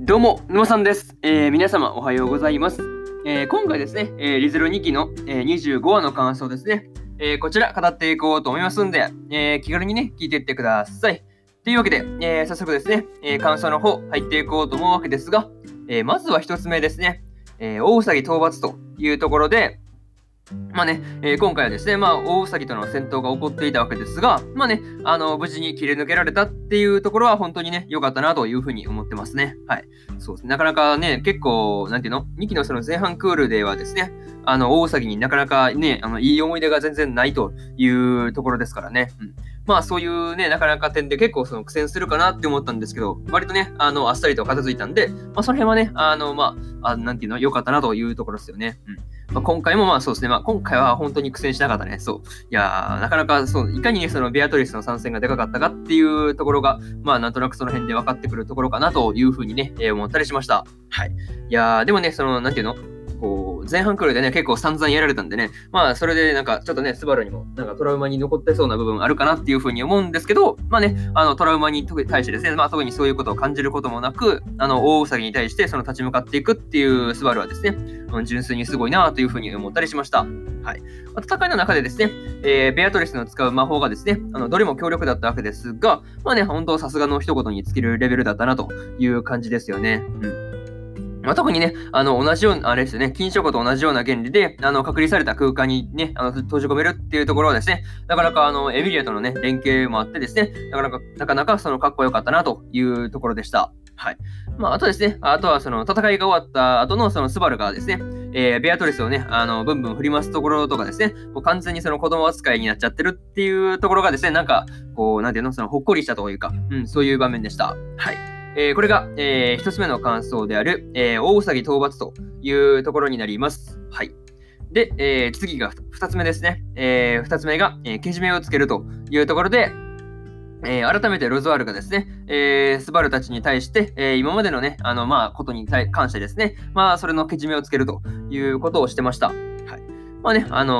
どうも、沼さんです。皆様おはようございます。今回ですね、リゼロ2期の、25話の感想ですね、こちら語っていこうと思いますんで、気軽にね、聞いていってください。というわけで、早速ですね、感想の方入っていこうと思うわけですが、まずは一つ目ですね、大兎討伐というところで、今回はですね、大兎との戦闘が起こっていたわけですが、無事に切り抜けられたっていうところは本当にね、良かったなというふうに思ってますね。はい。そうですね。なかなかね、結構、2期のその前半クールではですね、大兎になかなかね、いい思い出が全然ないというところですからね。そういうね、なかなか点で結構その苦戦するかなって思ったんですけど、割とね、あっさりと片付いたんで、その辺はね、良かったなというところですよね。今回もそうですね、今回は本当に苦戦しなかったね。そう。いやー、なかなかそう、いかにね、そのベアトリスの参戦がでかかったかっていうところが、なんとなくその辺で分かってくるところかなというふうにね、思ったりしました。はい。いやー、でもね、その、こう、前半クールでね、結構散々やられたんでね、それでちょっとね、スバルにもトラウマに残ってそうな部分あるかなっていうふうに思うんですけど、トラウマに対してですね、特にそういうことを感じることもなく、大兎に対してその立ち向かっていくっていうスバルはですね、純粋にすごいなというふうに思ったりしました。はい。戦いの中でですね、ベアトリスの使う魔法がですね、どれも強力だったわけですが、本当さすがの一言に尽きるレベルだったなという感じですよね。特にね、同じような、あれですよね、禁書庫と同じような原理で、隔離された空間にね、閉じ込めるっていうところはですね、なかなか、エミリアとのね、連携もあってですね、なかなかその、かっこよかったなというところでした。はい。あとですね、あとはその、戦いが終わった後のその、スバルがですね、ベアトリスをね、ブンブン振り回すところとかですね、もう完全にその子供扱いになっちゃってるっていうところがですね、こう、その、ほっこりしたというか、そういう場面でした。はい。これが、一つ目の感想である、大兎討伐というところになります。はい。で、次が二つ目ですね。二つ目が、けじめをつけるというところで、改めてロズワールがですね、スバルたちに対して、今までのね、ことに関してですね、それのけじめをつけるということをしてました。はい。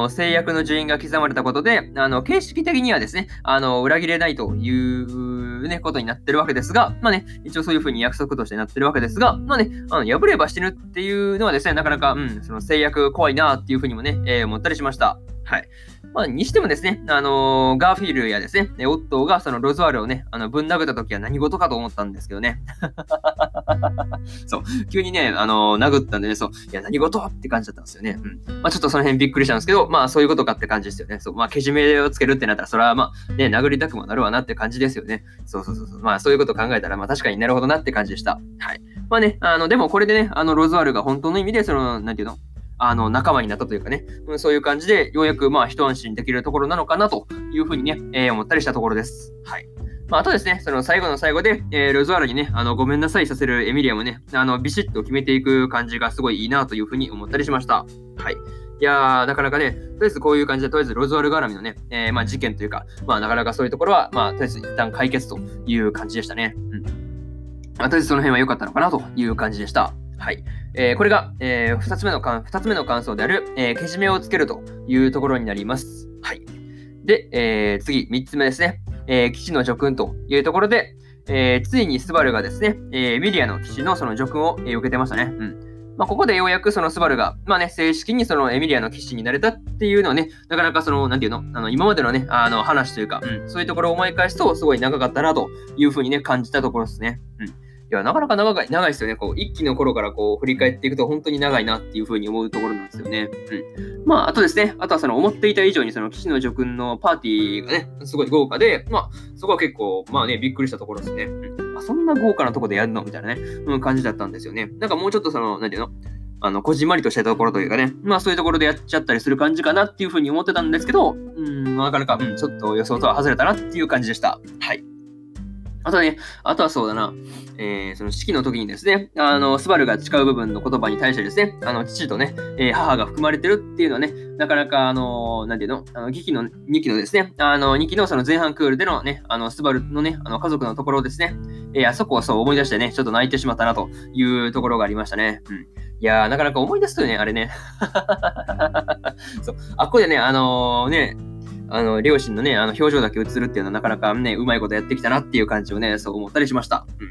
制約の順位が刻まれたことで、形式的にはですね、裏切れないというね、ことになってるわけですが、一応そういう風に約束としてなってるわけですが、破れば死ぬっていうのはですね、なかなか、その制約怖いなっていう風にもね、思ったりしました。はい。にしてもですね、ガーフィールやですね、オットーがそのロズワールをね、ぶん殴った時は何事かと思ったんですけどね。そう、急にね、殴ったんでね、そう、いや、何事って感じだったんですよね。ちょっとその辺びっくりしたんですけど、そういうことかって感じですよね。そう、けじめをつけるってなったら、それはね、殴りたくもなるわなって感じですよね。そう。そういうこと考えたら、確かになるほどなって感じでした。はい。でもこれでね、ロズワールが本当の意味で、その、仲間になったというかね、そういう感じで、ようやく一安心できるところなのかなというふうにね、思ったりしたところです。はい。あとですね、その最後の最後で、ロズワールにね、ごめんなさいさせるエミリアもね、ビシッと決めていく感じがすごいいいなというふうに思ったりしました。はい。いやー、なかなかね、とりあえずこういう感じで、とりあえずロズワール絡みのね、事件というか、なかなかそういうところは、とりあえず一旦解決という感じでしたね。とりあえずその辺は良かったのかなという感じでした。はい。これが、二つ目の感想である、けじめをつけるというところになります。はい。で、次、三つ目ですね。騎士の叙勲というところで、ついにスバルがですね、ミリアの騎士のその叙勲を、受けてましたね。ここでようやくそのスバルが、正式にそのエミリアの騎士になれたっていうのはね、なかなかその、今までのね、話というか、そういうところを思い返すと、すごい長かったなというふうにね、感じたところですね。いや、なかなか長いですよね。こう、一期の頃からこう、振り返っていくと本当に長いなっていう風に思うところなんですよね。あとですね、あとはその思っていた以上にその騎士の叙勲のパーティーがね、すごい豪華で、そこは結構、びっくりしたところですね。そんな豪華なところでやるのみたいなね、感じだったんですよね。もうちょっとその、こじんまりとしたところというかね、そういうところでやっちゃったりする感じかなっていう風に思ってたんですけど、なかなか、ちょっと予想とは外れたなっていう感じでした。はい。あとはそうだな、その式の時にですね、スバルが誓う部分の言葉に対してですね、父とね、母が含まれてるっていうのはね、なかなか、2期のですね、2期のその前半クールでのね、スバルのね、家族のところですね、あそこをそう思い出してね、ちょっと泣いてしまったなというところがありましたね。いやー、なかなか思い出すとね、あれね。そう、あっこでね、両親のね、表情だけ映るっていうのはなかなかね、うまいことやってきたなっていう感じをね、そう思ったりしました。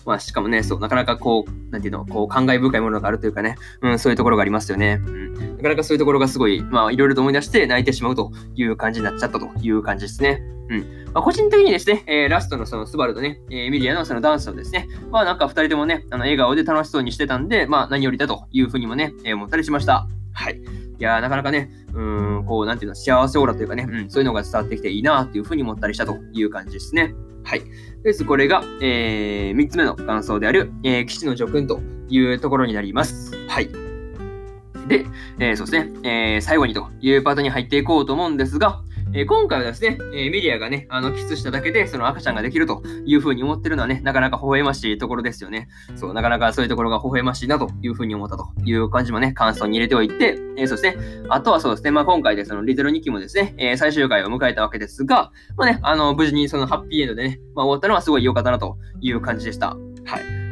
まあしかもね、そう、なかなかこう、なんていうの、こう、感慨深いものがあるというかね、そういうところがありますよね。なかなかそういうところがすごい、まあいろいろと思い出して泣いてしまうという感じになっちゃったという感じですね。個人的にですね、ラストのそのスバルとね、エミリアのそのダンスをですね、まあなんか二人ともね、笑顔で楽しそうにしてたんで、まあ何よりだというふうにもね、思ったりしました。はい。いやー、なかなかね、こう、なんていうの、幸せオーラというかね、そういうのが伝わってきていいなっていうふうに思ったりしたという感じですね。はい。です。これが、3つ目の感想である、騎士の叙勲というところになります。はい。で、そうですね、最後にというパートに入っていこうと思うんですが、今回はですね、ミリアがね、キスしただけでその赤ちゃんができるというふうに思ってるのはね、なかなか微笑ましいところですよね。そう、なかなかそういうところが微笑ましいなというふうに思ったという感じもね、感想に入れておいて、そしてあとはそうですね、まあ今回でそのリゼロ2期もですね、最終回を迎えたわけですが、まあね、無事にそのハッピーエンドでね、まあ終わったのはすごい良かったなという感じでした。はい。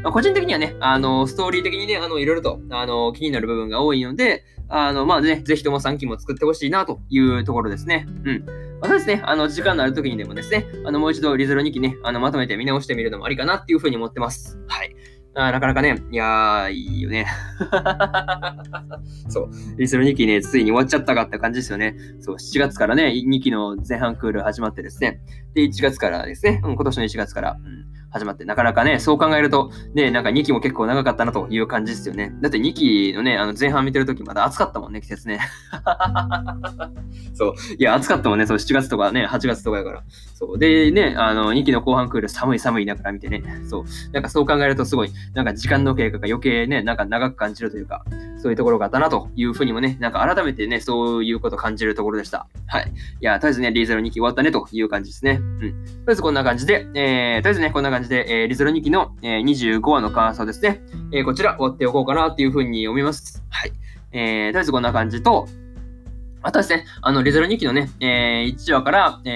個人的にはね、ストーリー的にね、いろいろと、気になる部分が多いので、まあね、ぜひとも3期も作ってほしいなというところですね。またですね、時間のある時にでもですね、もう一度リゼロ2期ね、まとめて見直してみるのもありかなっていうふうに思ってます。はい。なかなかね、いやー、いいよね。そう、リゼロ2期ね、ついに終わっちゃったかって感じですよね。そう、7月からね、2期の前半クール始まってですね、で、1月からですね、今年の1月から、始まって、なかなかね、そう考えると、ね、なんか2期も結構長かったなという感じですよね。だって2期のね、前半見てるときまだ暑かったもんね、季節ね。そう。いや、暑かったもんね、そう、7月とかね、8月とかやから。そう。で、ね、2期の後半クール寒い寒いだから見てね、そう。なんかそう考えるとすごい、なんか時間の経過が余計ね、なんか長く感じるというか、そういうところがあったなというふうにもね、なんか改めてね、そういうことを感じるところでした。はい。いや、とりあえずね、リーゼロ2期終わったねという感じですね。とりあえずこんな感じで、とりあえずね、こんな感じで、リゼロ2期の、25話の感想ですね。こちら終わっておこうかなっていうふうに思います。はい。とりあえずこんな感じと、あとはですね、リゼロ2期のね、1話から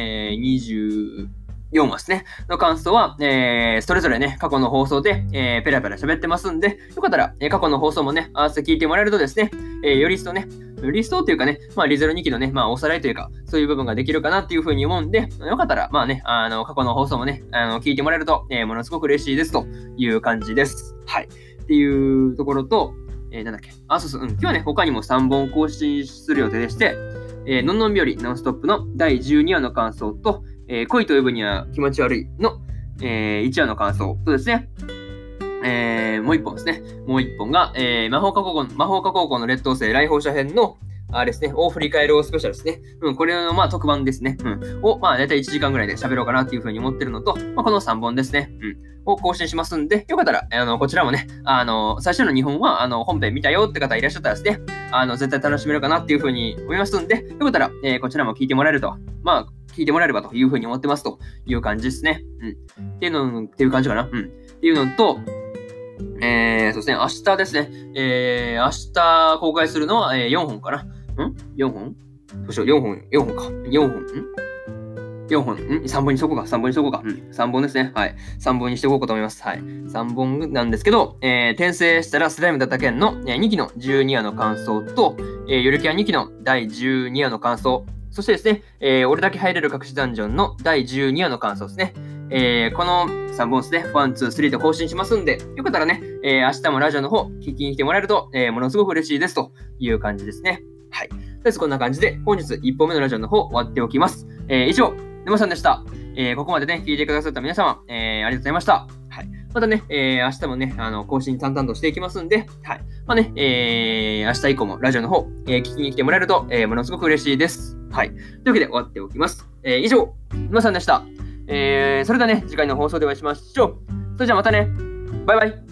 、24話ですね、の感想は、それぞれね、過去の放送で、ペラペラ喋ってますんで、よかったら、過去の放送もね、合わせて聞いてもらえるとですね、より一層ね、リストっていうかね、まあ、リゼロ2期のね、まあ、おさらいというか、そういう部分ができるかなっていうふうに思うんで、よかったら、まあね、過去の放送もね、聞いてもらえると、ものすごく嬉しいですという感じです。はい。っていうところと、なんだっけ。そう、今日はね、他にも3本更新する予定でして、のんのんびよりノンストップの第12話の感想と、恋と呼ぶには気持ち悪いの、1話の感想とですね、もう一本ですね。もう一本が、魔法科高校の劣等生来訪者編の、ですね、を振り返るスペシャルですね。これの、まあ、特番ですね。を、まあ、だいたい1時間ぐらいで喋ろうかなっていうふうに思ってるのと、まあ、この3本ですね。を更新しますんで、よかったら、こちらもね、最初の2本は、本編見たよって方いらっしゃったらですね、絶対楽しめるかなっていうふうに思いますんで、よかったら、こちらも聞いてもらえると、まあ、聞いてもらえればというふうに思ってますという感じですね。っていう感じかな。っていうのと、そうですね、明日ですね、明日公開するのは、4本かな。4本どうしよう、4本か。4本 ?3 本にしとこうか。3本ですね。はい。3本にしておこうかと思います。はい。3本なんですけど、転生したらスライムだった件の、2期の12話の感想と、ゆるキャン2期の第12話の感想、そしてですね、俺だけ入れる隠しダンジョンの第12話の感想ですね。この3本ですね、1、2、3と更新しますんで、よかったらね、明日もラジオの方聞きに来てもらえると、ものすごく嬉しいですという感じですね。はい。とりあえずこんな感じで、本日1本目のラジオの方終わっておきます。以上、沼さんでした。ここまでね、聞いてくださった皆様、ありがとうございました。はい。またね、明日もね、更新淡々としていきますんで、はい。まあね、明日以降もラジオの方、聞きに来てもらえると、ものすごく嬉しいです。はい。というわけで終わっておきます。以上、沼さんでした。それではね、次回の放送でお会いしましょう。それじゃあまたね。バイバイ。